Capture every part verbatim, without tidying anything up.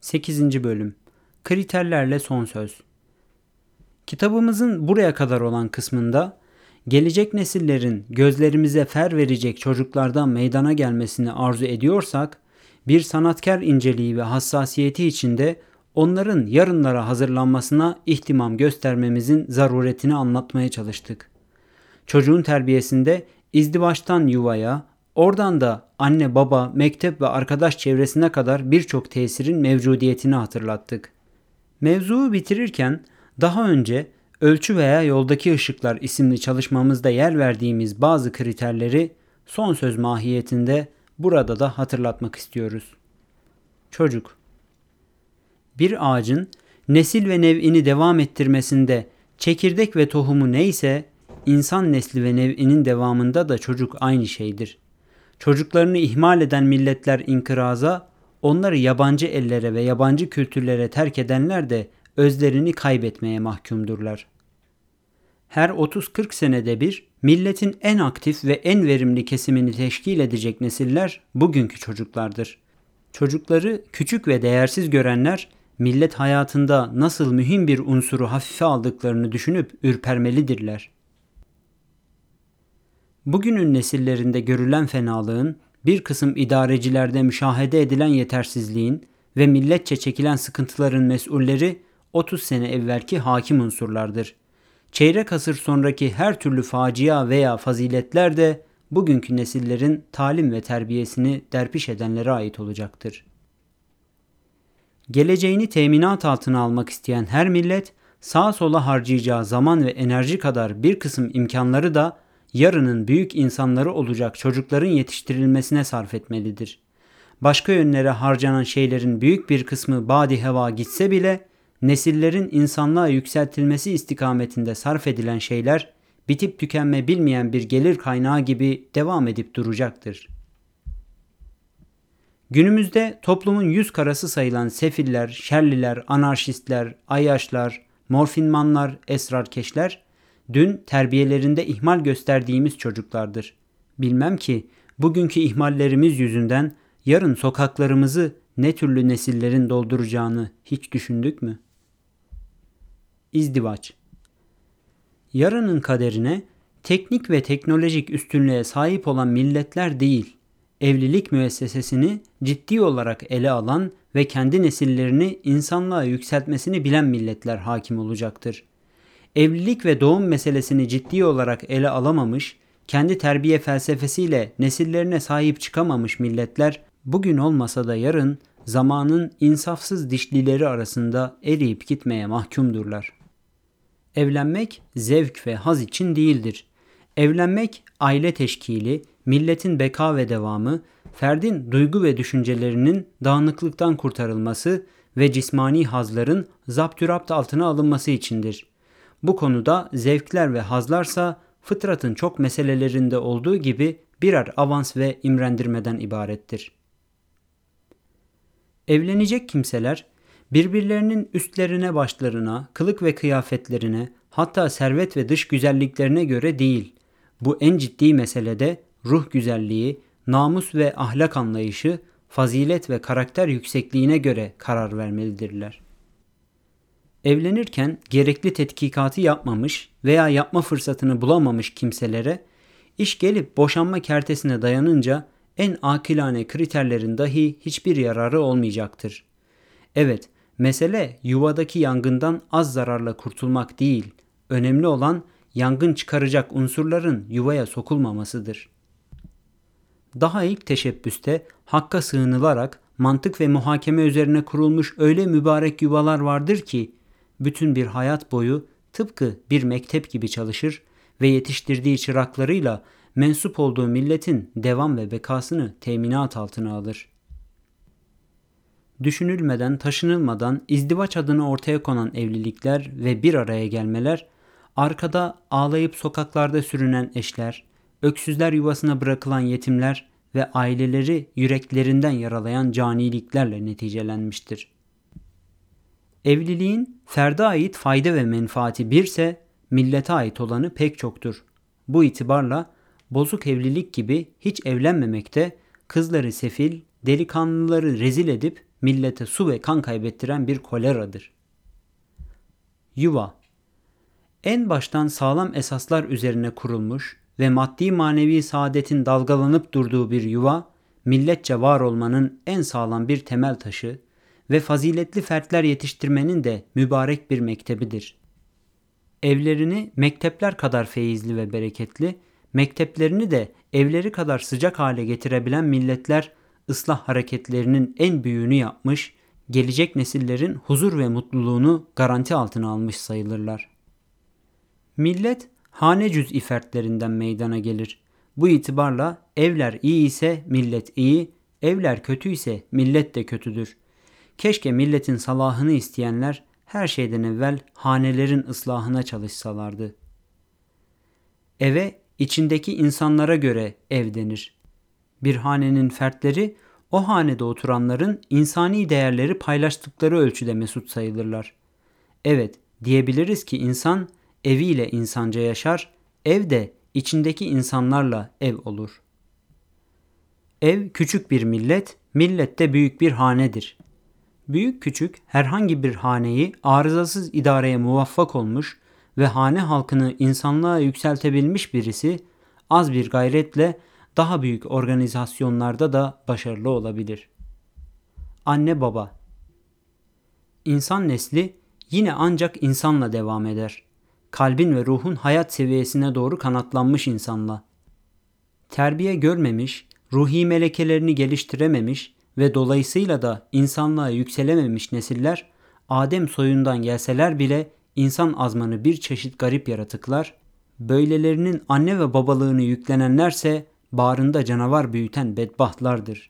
sekizinci. Bölüm Kriterlerle son söz. Kitabımızın buraya kadar olan kısmında gelecek nesillerin gözlerimize fer verecek çocuklardan meydana gelmesini arzu ediyorsak, bir sanatkar inceliği ve hassasiyeti içinde onların yarınlara hazırlanmasına ihtimam göstermemizin zaruretini anlatmaya çalıştık. Çocuğun terbiyesinde izdivaçtan yuvaya, oradan da anne baba, mektep ve arkadaş çevresine kadar birçok tesirin mevcudiyetini hatırlattık. Mevzuu bitirirken daha önce Ölçü veya Yoldaki Işıklar isimli çalışmamızda yer verdiğimiz bazı kriterleri son söz mahiyetinde burada da hatırlatmak istiyoruz. Çocuk. Bir ağacın nesil ve nev'ini devam ettirmesinde çekirdek ve tohumu neyse, insan nesli ve nev'inin devamında da çocuk aynı şeydir. Çocuklarını ihmal eden milletler inkıraza, onları yabancı ellere ve yabancı kültürlere terk edenler de özlerini kaybetmeye mahkumdurlar. Her otuz kırk senede bir milletin en aktif ve en verimli kesimini teşkil edecek nesiller bugünkü çocuklardır. Çocukları küçük ve değersiz görenler, millet hayatında nasıl mühim bir unsuru hafife aldıklarını düşünüp ürpermelidirler. Bugünün nesillerinde görülen fenalığın, bir kısım idarecilerde müşahede edilen yetersizliğin ve milletçe çekilen sıkıntıların mesulleri otuz sene evvelki hakim unsurlardır. Çeyrek asır sonraki her türlü facia veya faziletler de bugünkü nesillerin talim ve terbiyesini derpiş edenlere ait olacaktır. Geleceğini teminat altına almak isteyen her millet, sağa sola harcayacağı zaman ve enerji kadar bir kısım imkanları da yarının büyük insanları olacak çocukların yetiştirilmesine sarf etmelidir. Başka yönlere harcanan şeylerin büyük bir kısmı badi heva gitse bile, nesillerin insanlığa yükseltilmesi istikametinde sarf edilen şeyler, bitip tükenme bilmeyen bir gelir kaynağı gibi devam edip duracaktır. Günümüzde toplumun yüz karası sayılan sefiller, şerliler, anarşistler, ayyaşlar, morfinmanlar, esrarkeşler, dün terbiyelerinde ihmal gösterdiğimiz çocuklardır. Bilmem ki bugünkü ihmallerimiz yüzünden yarın sokaklarımızı ne türlü nesillerin dolduracağını hiç düşündük mü? İzdivaç. Yarının kaderine teknik ve teknolojik üstünlüğe sahip olan milletler değil, evlilik müessesesini ciddi olarak ele alan ve kendi nesillerini insanlığa yükseltmesini bilen milletler hakim olacaktır. Evlilik ve doğum meselesini ciddi olarak ele alamamış, kendi terbiye felsefesiyle nesillerine sahip çıkamamış milletler, bugün olmasa da yarın zamanın insafsız dişlileri arasında eriyip gitmeye mahkumdurlar. Evlenmek zevk ve haz için değildir. Evlenmek aile teşkili, milletin beka ve devamı, ferdin duygu ve düşüncelerinin dağınıklıktan kurtarılması ve cismani hazların zaptürapt altına alınması içindir. Bu konuda zevkler ve hazlarsa fıtratın çok meselelerinde olduğu gibi birer avans ve imrendirmeden ibarettir. Evlenecek kimseler birbirlerinin üstlerine, başlarına, kılık ve kıyafetlerine, hatta servet ve dış güzelliklerine göre değil, bu en ciddi meselede ruh güzelliği, namus ve ahlak anlayışı, fazilet ve karakter yüksekliğine göre karar vermelidirler. Evlenirken gerekli tetkikatı yapmamış veya yapma fırsatını bulamamış kimselere, iş gelip boşanma kertesine dayanınca en akilane kriterlerin dahi hiçbir yararı olmayacaktır. Evet, mesele yuvadaki yangından az zararla kurtulmak değil, önemli olan yangın çıkaracak unsurların yuvaya sokulmamasıdır. Daha ilk teşebbüste hakka sığınılarak mantık ve muhakeme üzerine kurulmuş öyle mübarek yuvalar vardır ki, bütün bir hayat boyu tıpkı bir mektep gibi çalışır ve yetiştirdiği çıraklarıyla mensup olduğu milletin devam ve bekasını teminat altına alır. Düşünülmeden, taşınılmadan izdivaç adına ortaya konan evlilikler ve bir araya gelmeler, arkada ağlayıp sokaklarda sürünen eşler, öksüzler yuvasına bırakılan yetimler ve aileleri yüreklerinden yaralayan caniliklerle neticelenmiştir. Evliliğin ferde ait fayda ve menfaati birse, millete ait olanı pek çoktur. Bu itibarla bozuk evlilik gibi hiç evlenmemekte, kızları sefil, delikanlıları rezil edip millete su ve kan kaybettiren bir koleradır. Yuva en baştan sağlam esaslar üzerine kurulmuş ve maddi manevi saadetin dalgalanıp durduğu bir yuva, milletçe var olmanın en sağlam bir temel taşı ve faziletli fertler yetiştirmenin de mübarek bir mektebidir. Evlerini mektepler kadar feyizli ve bereketli, mekteplerini de evleri kadar sıcak hale getirebilen milletler, ıslah hareketlerinin en büyüğünü yapmış, gelecek nesillerin huzur ve mutluluğunu garanti altına almış sayılırlar. Millet, hane cüz'i fertlerinden meydana gelir. Bu itibarla evler iyi ise millet iyi, evler kötü ise millet de kötüdür. Keşke milletin salahını isteyenler her şeyden evvel hanelerin ıslahına çalışsalardı. Eve içindeki insanlara göre ev denir. Bir hanenin fertleri o hanede oturanların insani değerleri paylaştıkları ölçüde mesut sayılırlar. Evet, diyebiliriz ki insan eviyle insanca yaşar, ev de içindeki insanlarla ev olur. Ev küçük bir millet, millet de büyük bir hanedir. Büyük küçük herhangi bir haneyi arızasız idareye muvaffak olmuş ve hane halkını insanlığa yükseltebilmiş birisi az bir gayretle daha büyük organizasyonlarda da başarılı olabilir. Anne baba. İnsan nesli yine ancak insanla devam eder. Kalbin ve ruhun hayat seviyesine doğru kanatlanmış insanla. Terbiye görmemiş, ruhi melekelerini geliştirememiş ve dolayısıyla da insanlığa yükselememiş nesiller, Adem soyundan gelseler bile insan azmanı bir çeşit garip yaratıklar, böylelerinin anne ve babalığını yüklenenlerse bağrında canavar büyüten bedbahtlardır.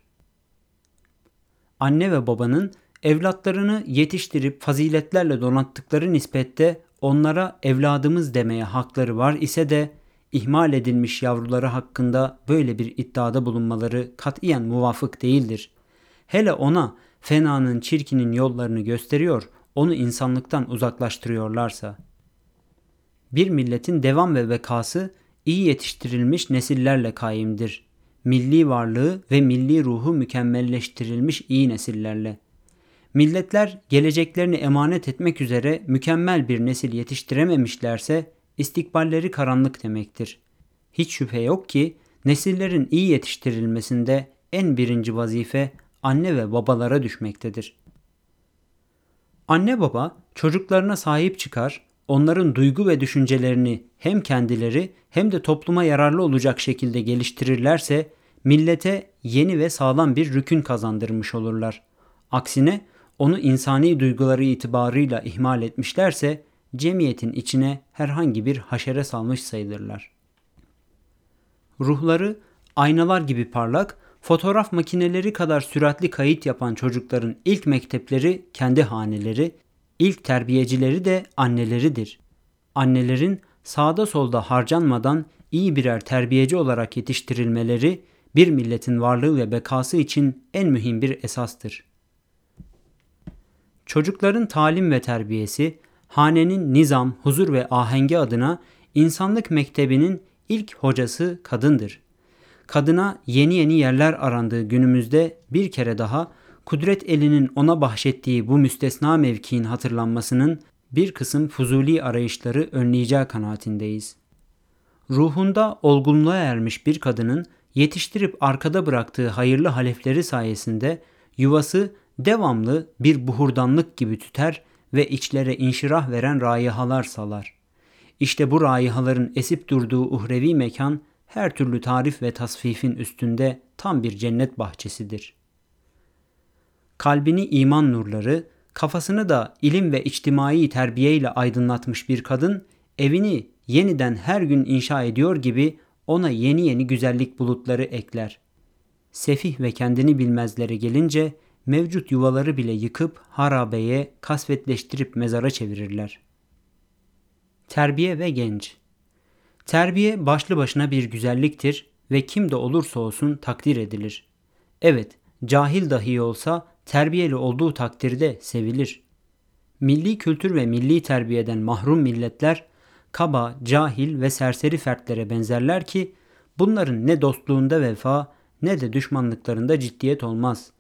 Anne ve babanın evlatlarını yetiştirip faziletlerle donattıkları nispette onlara evladımız demeye hakları var ise de ihmal edilmiş yavruları hakkında böyle bir iddiada bulunmaları katiyen muvafık değildir. Hele ona fenanın çirkinin yollarını gösteriyor, onu insanlıktan uzaklaştırıyorlarsa. Bir milletin devam ve bekası iyi yetiştirilmiş nesillerle kaimdir. Milli varlığı ve milli ruhu mükemmelleştirilmiş iyi nesillerle. Milletler geleceklerini emanet etmek üzere mükemmel bir nesil yetiştirememişlerse istikballeri karanlık demektir. Hiç şüphe yok ki nesillerin iyi yetiştirilmesinde en birinci vazife anne ve babalara düşmektedir. Anne baba çocuklarına sahip çıkar, onların duygu ve düşüncelerini hem kendileri hem de topluma yararlı olacak şekilde geliştirirlerse millete yeni ve sağlam bir rükün kazandırmış olurlar. Aksine onu insani duyguları itibarıyla ihmal etmişlerse cemiyetin içine herhangi bir haşere salmış sayılırlar. Ruhları aynalar gibi parlak, fotoğraf makineleri kadar süratli kayıt yapan çocukların ilk mektepleri kendi haneleri, ilk terbiyecileri de anneleridir. Annelerin sağda solda harcanmadan iyi birer terbiyeci olarak yetiştirilmeleri bir milletin varlığı ve bekası için en mühim bir esastır. Çocukların talim ve terbiyesi, hanenin nizam, huzur ve ahengi adına insanlık mektebinin ilk hocası kadındır. Kadına yeni yeni yerler arandığı günümüzde bir kere daha kudret elinin ona bahşettiği bu müstesna mevkiin hatırlanmasının bir kısım fuzuli arayışları önleyeceği kanaatindeyiz. Ruhunda olgunluğa ermiş bir kadının yetiştirip arkada bıraktığı hayırlı halefleri sayesinde yuvası devamlı bir buhurdanlık gibi tüter ve içlere inşirah veren raihalar salar. İşte bu raihaların esip durduğu uhrevi mekan her türlü tarif ve tasfifin üstünde tam bir cennet bahçesidir. Kalbini iman nurları, kafasını da ilim ve içtimai terbiyeyle aydınlatmış bir kadın, evini yeniden her gün inşa ediyor gibi ona yeni yeni güzellik bulutları ekler. Sefih ve kendini bilmezlere gelince mevcut yuvaları bile yıkıp harabeye, kasvetleştirip mezara çevirirler. Terbiye ve genç. Terbiye başlı başına bir güzelliktir ve kim de olursa olsun takdir edilir. Evet, cahil dahi olsa terbiyeli olduğu takdirde sevilir. Milli kültür ve milli terbiyeden mahrum milletler kaba, cahil ve serseri fertlere benzerler ki bunların ne dostluğunda vefa ne de düşmanlıklarında ciddiyet olmaz.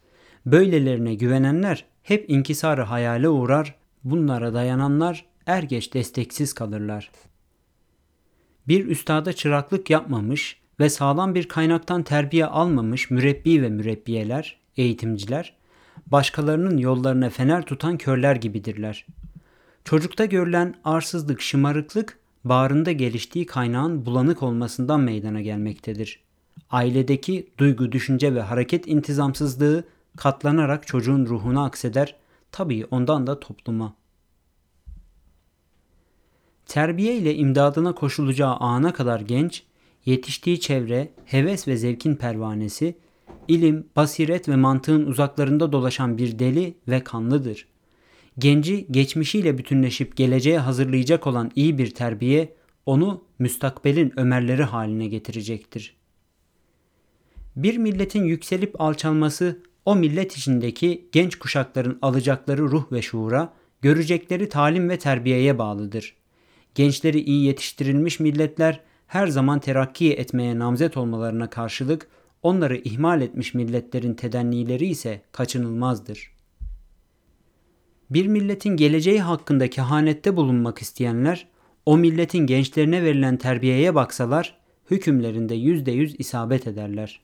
Böylelerine güvenenler hep inkisarı hayale uğrar, bunlara dayananlar er geç desteksiz kalırlar. Bir üstada çıraklık yapmamış ve sağlam bir kaynaktan terbiye almamış mürebbi ve mürebbiyeler, eğitimciler, başkalarının yollarına fener tutan körler gibidirler. Çocukta görülen arsızlık, şımarıklık, bağrında geliştiği kaynağın bulanık olmasından meydana gelmektedir. Ailedeki duygu, düşünce ve hareket intizamsızlığı katlanarak çocuğun ruhuna akseder, tabii ondan da topluma. Terbiye ile imdadına koşulacağı ana kadar genç, yetiştiği çevre, heves ve zevkin pervanesi, ilim, basiret ve mantığın uzaklarında dolaşan bir deli ve kanlıdır. Genci geçmişiyle bütünleşip geleceğe hazırlayacak olan iyi bir terbiye, onu müstakbelin Ömerleri haline getirecektir. Bir milletin yükselip alçalması, o millet içindeki genç kuşakların alacakları ruh ve şuura, görecekleri talim ve terbiyeye bağlıdır. Gençleri iyi yetiştirilmiş milletler her zaman terakki etmeye namzet olmalarına karşılık onları ihmal etmiş milletlerin tedennileri ise kaçınılmazdır. Bir milletin geleceği hakkında kehanette bulunmak isteyenler o milletin gençlerine verilen terbiyeye baksalar hükümlerinde yüzde yüz isabet ederler.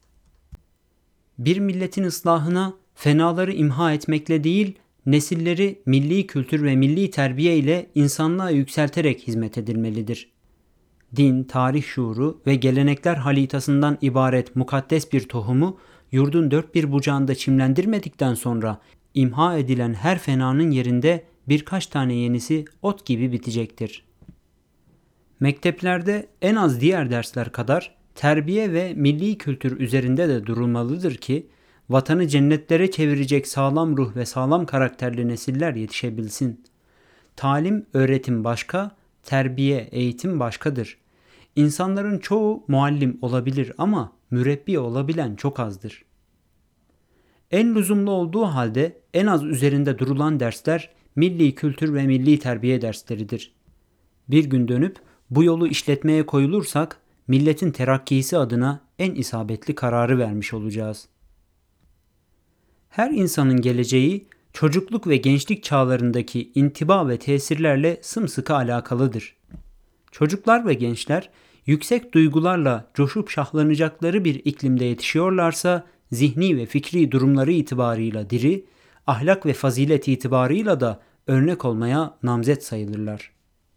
Bir milletin ıslahına fenaları imha etmekle değil, nesilleri milli kültür ve milli terbiye ile insanlığa yükselterek hizmet edilmelidir. Din, tarih şuuru ve gelenekler halitasından ibaret mukaddes bir tohumu yurdun dört bir bucağında çimlendirmedikten sonra imha edilen her fenanın yerinde birkaç tane yenisi ot gibi bitecektir. Mekteplerde en az diğer dersler kadar terbiye ve milli kültür üzerinde de durulmalıdır ki vatanı cennetlere çevirecek sağlam ruh ve sağlam karakterli nesiller yetişebilsin. Talim, öğretim başka, terbiye, eğitim başkadır. İnsanların çoğu muallim olabilir ama mürebbi olabilen çok azdır. En lüzumlu olduğu halde en az üzerinde durulan dersler milli kültür ve milli terbiye dersleridir. Bir gün dönüp bu yolu işletmeye koyulursak milletin terakkisi adına en isabetli kararı vermiş olacağız. Her insanın geleceği çocukluk ve gençlik çağlarındaki intiba ve tesirlerle sımsıkı alakalıdır. Çocuklar ve gençler yüksek duygularla coşup şahlanacakları bir iklimde yetişiyorlarsa zihni ve fikri durumları itibarıyla diri, ahlak ve fazilet itibarıyla da örnek olmaya namzet sayılırlar.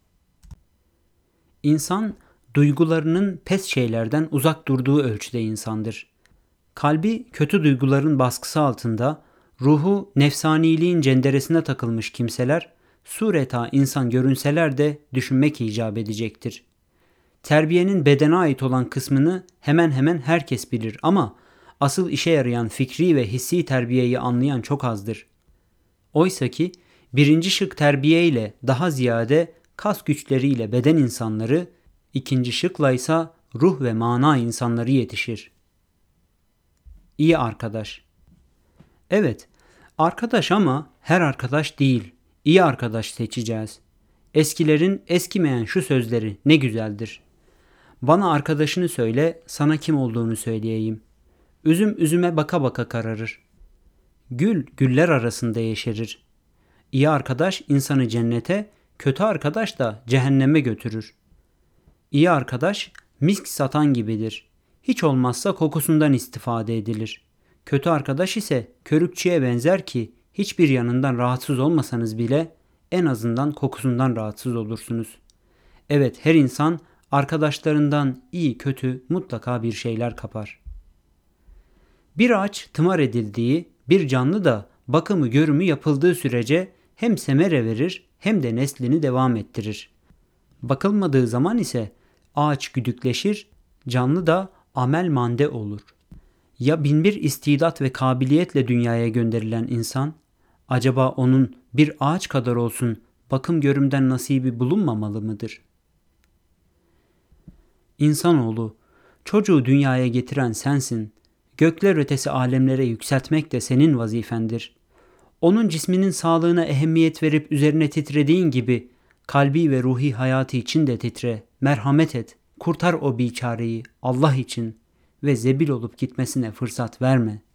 İnsan duygularının pes şeylerden uzak durduğu ölçüde insandır. Kalbi kötü duyguların baskısı altında, ruhu nefsaniliğin cenderesine takılmış kimseler, sureta insan görünseler de düşünmek icap edecektir. Terbiyenin bedene ait olan kısmını hemen hemen herkes bilir ama asıl işe yarayan fikri ve hissi terbiyeyi anlayan çok azdır. Oysa ki birinci şık terbiye ile daha ziyade kas güçleriyle beden insanları, ikinci şıkla ise ruh ve mana insanları yetişir. İyi arkadaş. Evet, arkadaş ama her arkadaş değil, iyi arkadaş seçeceğiz. Eskilerin eskimeyen şu sözleri ne güzeldir. Bana arkadaşını söyle, sana kim olduğunu söyleyeyim. Üzüm üzüme baka baka kararır. Gül güller arasında yeşerir. İyi arkadaş insanı cennete, kötü arkadaş da cehenneme götürür. İyi arkadaş misk satan gibidir. Hiç olmazsa kokusundan istifade edilir. Kötü arkadaş ise körükçüye benzer ki hiçbir yanından rahatsız olmasanız bile en azından kokusundan rahatsız olursunuz. Evet, her insan arkadaşlarından iyi kötü mutlaka bir şeyler kapar. Bir ağaç tımar edildiği, bir canlı da bakımı görümü yapıldığı sürece hem semere verir hem de neslini devam ettirir. Bakılmadığı zaman ise ağaç güdükleşir, canlı da amel mande olur. Ya binbir istidat ve kabiliyetle dünyaya gönderilen insan, acaba onun bir ağaç kadar olsun bakım görümden nasibi bulunmamalı mıdır? İnsanoğlu, çocuğu dünyaya getiren sensin. Gökler ötesi alemlere yükseltmek de senin vazifendir. Onun cisminin sağlığına ehemmiyet verip üzerine titrediğin gibi kalbi ve ruhi hayatı için de titre, merhamet et, kurtar o biçareyi Allah için ve zebil olup gitmesine fırsat verme.